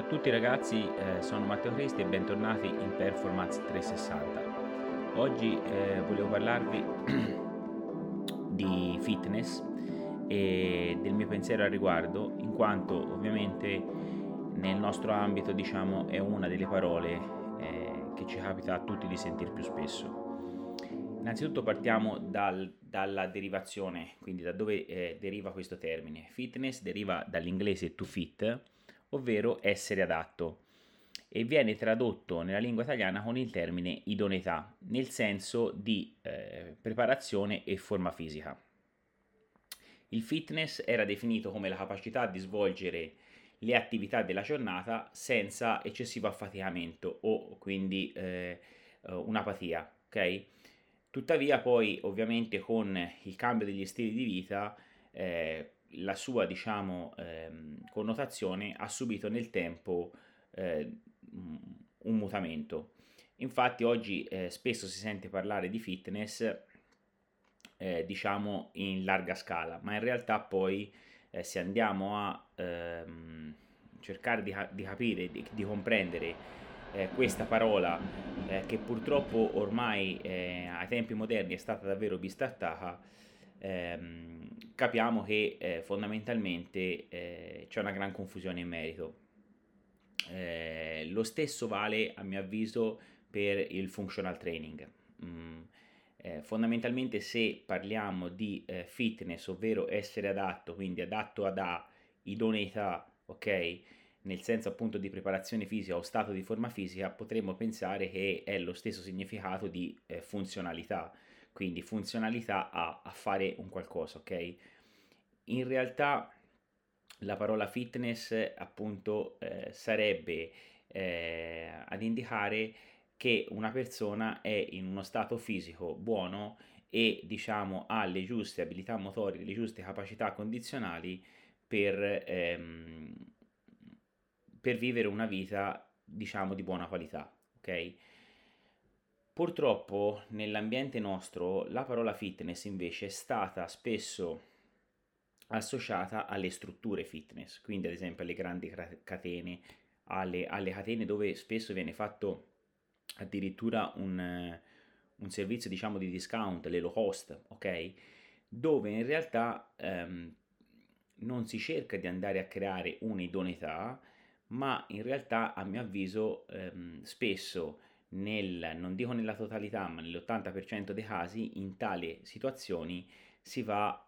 a tutti ragazzi, sono Matteo Cristi e bentornati in Performance 360. Oggi volevo parlarvi di fitness e del mio pensiero al riguardo, in quanto ovviamente nel nostro ambito diciamo è una delle parole che ci capita a tutti di sentire più spesso. Innanzitutto partiamo dalla derivazione, quindi da dove deriva questo termine. Fitness deriva dall'inglese to fit, ovvero essere adatto, e viene tradotto nella lingua italiana con il termine idoneità, nel senso di preparazione e forma fisica. Il fitness era definito come la capacità di svolgere le attività della giornata senza eccessivo affaticamento o quindi un'apatia, ok? Tuttavia poi ovviamente con il cambio degli stili di vita la sua diciamo connotazione ha subito nel tempo un mutamento. Infatti oggi spesso si sente parlare di fitness diciamo in larga scala, ma in realtà poi se andiamo a cercare di capire, di comprendere questa parola che purtroppo ormai ai tempi moderni è stata davvero bistrattata, capiamo che fondamentalmente c'è una gran confusione in merito. Lo stesso vale a mio avviso per il functional training. Mm, Fondamentalmente se parliamo di fitness, ovvero essere adatto, quindi adatto ad A, idoneità, ok? Nel senso appunto di preparazione fisica o stato di forma fisica, potremmo pensare che è lo stesso significato di funzionalità, quindi funzionalità a fare un qualcosa, ok? In realtà la parola fitness appunto sarebbe ad indicare che una persona è in uno stato fisico buono e diciamo ha le giuste abilità motorie, le giuste capacità condizionali per, per vivere una vita diciamo di buona qualità, ok? Purtroppo nell'ambiente nostro la parola fitness invece è stata spesso associata alle strutture fitness, quindi ad esempio alle grandi catene, alle catene dove spesso viene fatto addirittura un servizio diciamo di discount, le low cost, ok? Dove in realtà non si cerca di andare a creare un'idoneità, ma in realtà a mio avviso spesso non dico nella totalità, ma nell'80% dei casi in tali situazioni si va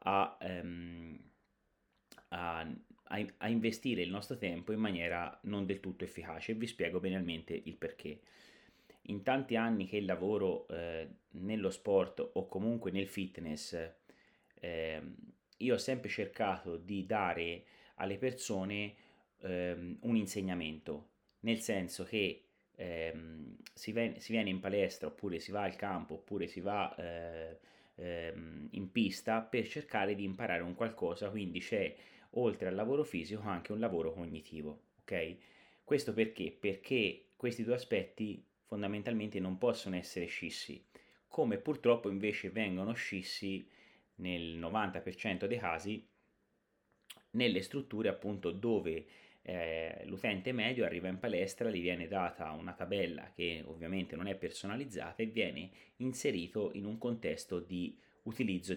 a investire il nostro tempo in maniera non del tutto efficace e vi spiego brevemente il perché. In tanti anni che lavoro nello sport o comunque nel fitness, ehm, io ho sempre cercato di dare alle persone un insegnamento, nel senso che si viene in palestra oppure si va al campo oppure si va in pista per cercare di imparare un qualcosa, quindi c'è oltre al lavoro fisico anche un lavoro cognitivo, ok? Questo perché? Perché questi due aspetti fondamentalmente non possono essere scissi, come purtroppo invece vengono scissi nel 90% dei casi nelle strutture appunto dove l'utente medio arriva in palestra, gli viene data una tabella che ovviamente non è personalizzata e viene inserito in un contesto di utilizzo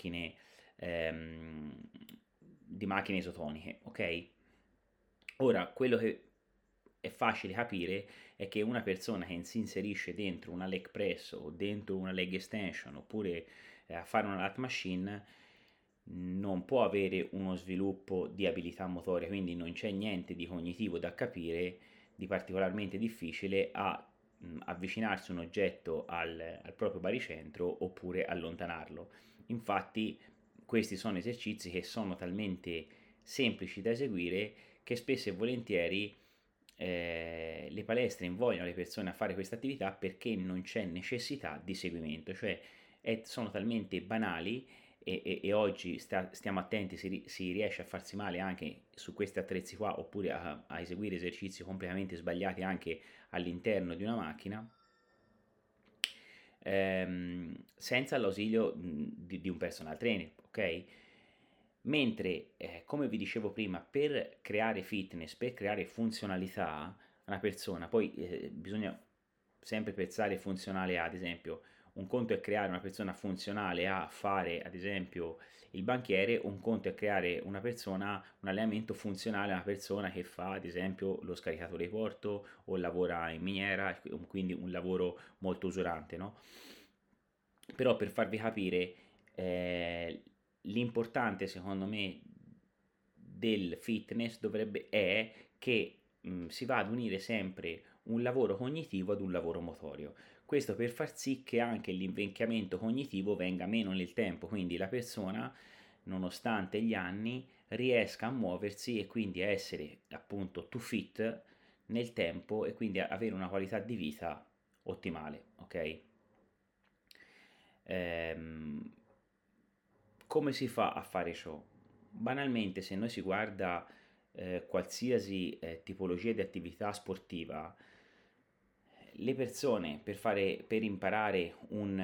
ehm, di macchine isotoniche, ok? Ora, quello che è facile capire è che una persona che si inserisce dentro una leg press o dentro una leg extension oppure a fare una lat machine non può avere uno sviluppo di abilità motoria, quindi non c'è niente di cognitivo da capire, di particolarmente difficile a avvicinarsi un oggetto al proprio baricentro oppure allontanarlo. Infatti questi sono esercizi che sono talmente semplici da eseguire che spesso e volentieri le palestre invogliano le persone a fare questa attività perché non c'è necessità di seguimento, cioè sono talmente banali e oggi stiamo attenti, si riesce a farsi male anche su questi attrezzi qua oppure a eseguire esercizi completamente sbagliati anche all'interno di una macchina senza l'ausilio di un personal trainer, ok? Mentre, come vi dicevo prima, per creare fitness, per creare funzionalità, una persona, poi bisogna sempre pensare funzionale a, ad esempio, un conto è creare una persona funzionale a fare, ad esempio, il banchiere, un conto è creare una persona, un allenamento funzionale a una persona che fa, ad esempio, lo scaricatore di porto o lavora in miniera, quindi un lavoro molto usurante, no? Però per farvi capire, l'importante secondo me del fitness è che si va ad unire sempre un lavoro cognitivo ad un lavoro motorio. Questo per far sì che anche l'invecchiamento cognitivo venga meno nel tempo, quindi la persona, nonostante gli anni, riesca a muoversi e quindi a essere appunto to fit nel tempo e quindi avere una qualità di vita ottimale, ok? Ehm, Come si fa a fare ciò? Banalmente, se noi si guarda qualsiasi tipologia di attività sportiva, le persone per imparare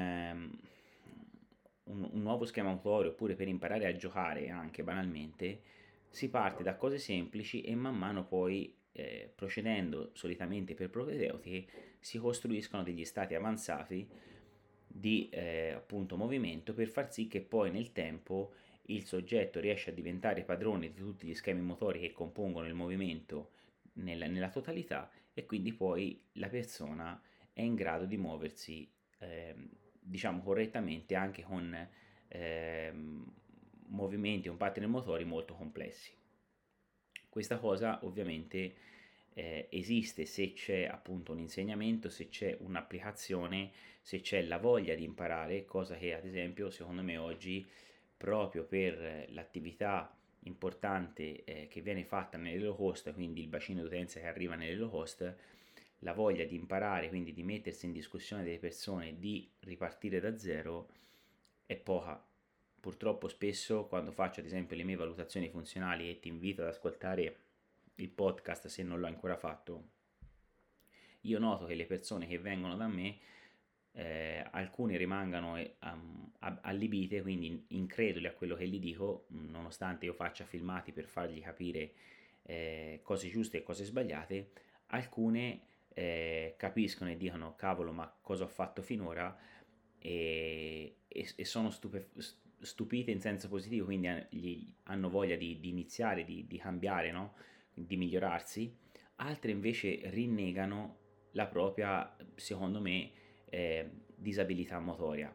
un nuovo schema motorio oppure per imparare a giocare anche banalmente, si parte da cose semplici e man mano poi procedendo solitamente per propedeutiche si costruiscono degli stati avanzati di appunto movimento per far sì che poi nel tempo il soggetto riesce a diventare padrone di tutti gli schemi motori che compongono il movimento nella totalità e quindi poi la persona è in grado di muoversi diciamo correttamente anche con movimenti o pattern motori molto complessi. Questa cosa ovviamente esiste se c'è appunto un insegnamento, se c'è un'applicazione, se c'è la voglia di imparare, cosa che ad esempio secondo me oggi proprio per l'attività importante che viene fatta nelle low cost, quindi il bacino d'utenza che arriva nelle low cost, la voglia di imparare, quindi di mettersi in discussione delle persone, di ripartire da zero è poca. Purtroppo spesso quando faccio ad esempio le mie valutazioni funzionali e ti invito ad ascoltare il podcast se non l'ho ancora fatto, io noto che le persone che vengono da me, alcune rimangano allibite, quindi increduli a quello che gli dico, nonostante io faccia filmati per fargli capire cose giuste e cose sbagliate, alcune capiscono e dicono cavolo ma cosa ho fatto finora e sono stupite in senso positivo, quindi hanno voglia di iniziare, di cambiare, no? Di migliorarsi, altre invece rinnegano la propria, secondo me, disabilità motoria.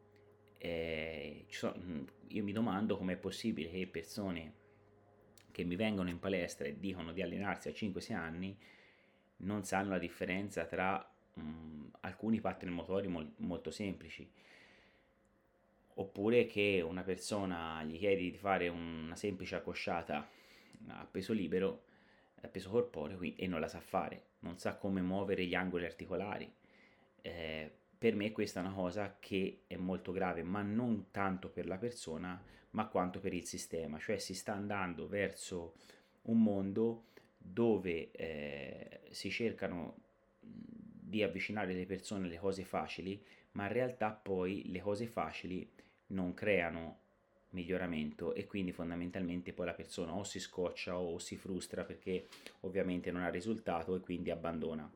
Io mi domando com'è possibile che persone che mi vengono in palestra e dicono di allenarsi a 5-6 anni non sanno la differenza tra alcuni pattern motori molto semplici, oppure che una persona gli chiedi di fare una semplice accosciata a peso libero, a peso corporeo, e non la sa fare, non sa come muovere gli angoli articolari. Per me questa è una cosa che è molto grave, ma non tanto per la persona, ma quanto per il sistema, cioè si sta andando verso un mondo dove si cercano di avvicinare le persone alle cose facili, ma in realtà poi le cose facili non creano miglioramento e quindi fondamentalmente poi la persona o si scoccia o si frustra perché ovviamente non ha risultato e quindi abbandona.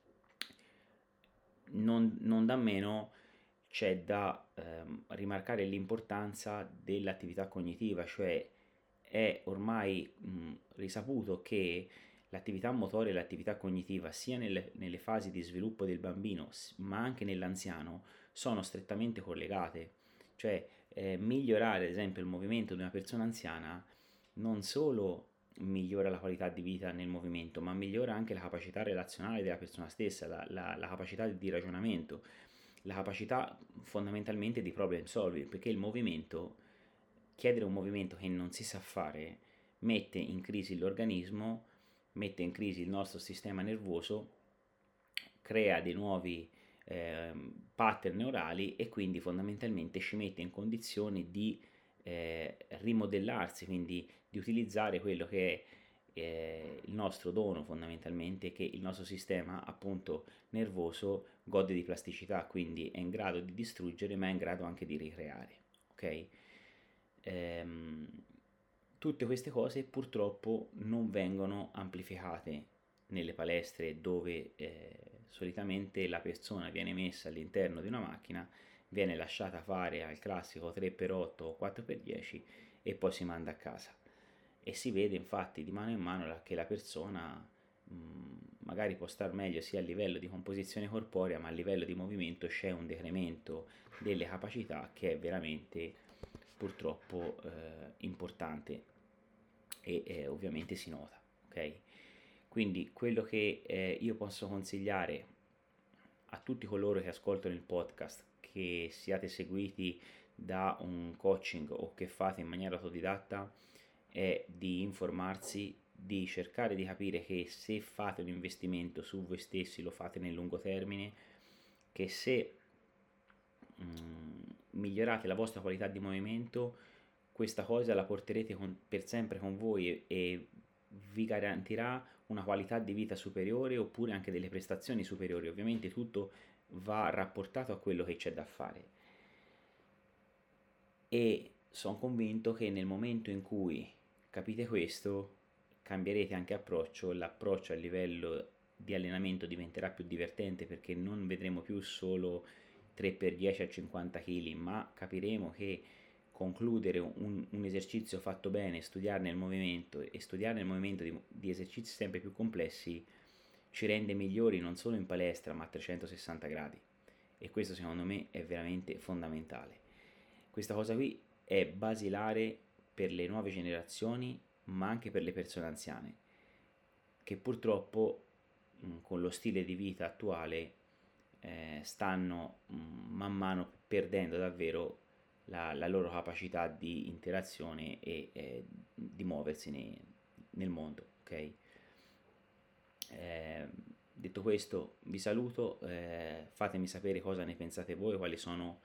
Non da meno c'è da rimarcare l'importanza dell'attività cognitiva, cioè è ormai risaputo che l'attività motoria e l'attività cognitiva sia nelle fasi di sviluppo del bambino ma anche nell'anziano sono strettamente collegate, cioè migliorare ad esempio il movimento di una persona anziana non solo migliora la qualità di vita nel movimento, ma migliora anche la capacità relazionale della persona stessa, la capacità di ragionamento, la capacità fondamentalmente di problem solving, perché il movimento, chiedere un movimento che non si sa fare, mette in crisi l'organismo, mette in crisi il nostro sistema nervoso, crea dei nuovi pattern neurali e quindi fondamentalmente ci mette in condizioni di rimodellarsi, quindi di utilizzare quello che è il nostro dono fondamentalmente, che il nostro sistema appunto nervoso gode di plasticità, quindi è in grado di distruggere ma è in grado anche di ricreare, ok? Ehm, Tutte queste cose purtroppo non vengono amplificate nelle palestre dove solitamente la persona viene messa all'interno di una macchina, viene lasciata fare al classico 3x8 o 4x10 e poi si manda a casa. E si vede infatti di mano in mano che la persona magari può star meglio sia a livello di composizione corporea, ma a livello di movimento c'è un decremento delle capacità che è veramente purtroppo importante e ovviamente si nota, ok? Quindi quello che io posso consigliare a tutti coloro che ascoltano il podcast, che siate seguiti da un coaching o che fate in maniera autodidatta, è di informarsi, di cercare di capire che se fate un investimento su voi stessi lo fate nel lungo termine, che se migliorate la vostra qualità di movimento, questa cosa la porterete per sempre con voi e vi garantirà una qualità di vita superiore oppure anche delle prestazioni superiori. Ovviamente tutto va rapportato a quello che c'è da fare. E sono convinto che nel momento in cui capite questo, cambierete anche approccio, l'approccio a livello di allenamento diventerà più divertente perché non vedremo più solo 3x10 a 50 kg, ma capiremo che concludere un esercizio fatto bene, studiarne il movimento e studiare il movimento di esercizi sempre più complessi ci rende migliori non solo in palestra ma a 360 gradi e questo secondo me è veramente fondamentale. Questa cosa qui è basilare per le nuove generazioni ma anche per le persone anziane che purtroppo con lo stile di vita attuale stanno man mano perdendo davvero la loro capacità di interazione e di muoversi nel mondo, ok? Detto questo, vi saluto, fatemi sapere cosa ne pensate voi, quali sono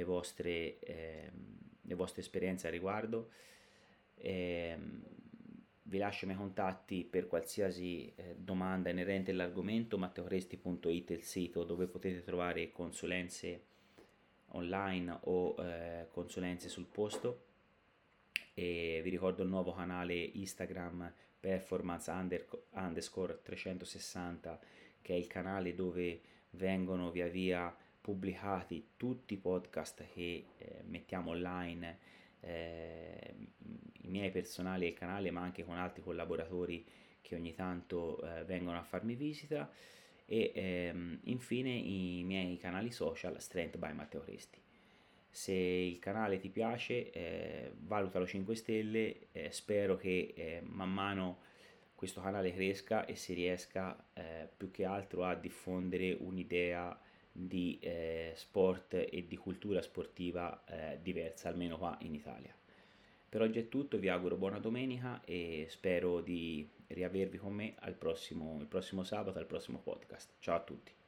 le vostre esperienze a riguardo. Vi lascio i miei contatti per qualsiasi domanda inerente all'argomento, matteoresti.it è il sito dove potete trovare consulenze online o consulenze sul posto e vi ricordo il nuovo canale Instagram performance underscore 360 che è il canale dove vengono via via pubblicati tutti i podcast che mettiamo online, i miei personali al canale ma anche con altri collaboratori che ogni tanto vengono a farmi visita e infine i miei canali social Strength by Matteo Cresti. Se il canale ti piace, valutalo 5 stelle, spero che man mano questo canale cresca e si riesca più che altro a diffondere un'idea di sport e di cultura sportiva diversa, almeno qua in Italia. Per oggi è tutto, vi auguro buona domenica e spero di riavervi con me il prossimo sabato, al prossimo podcast. Ciao a tutti.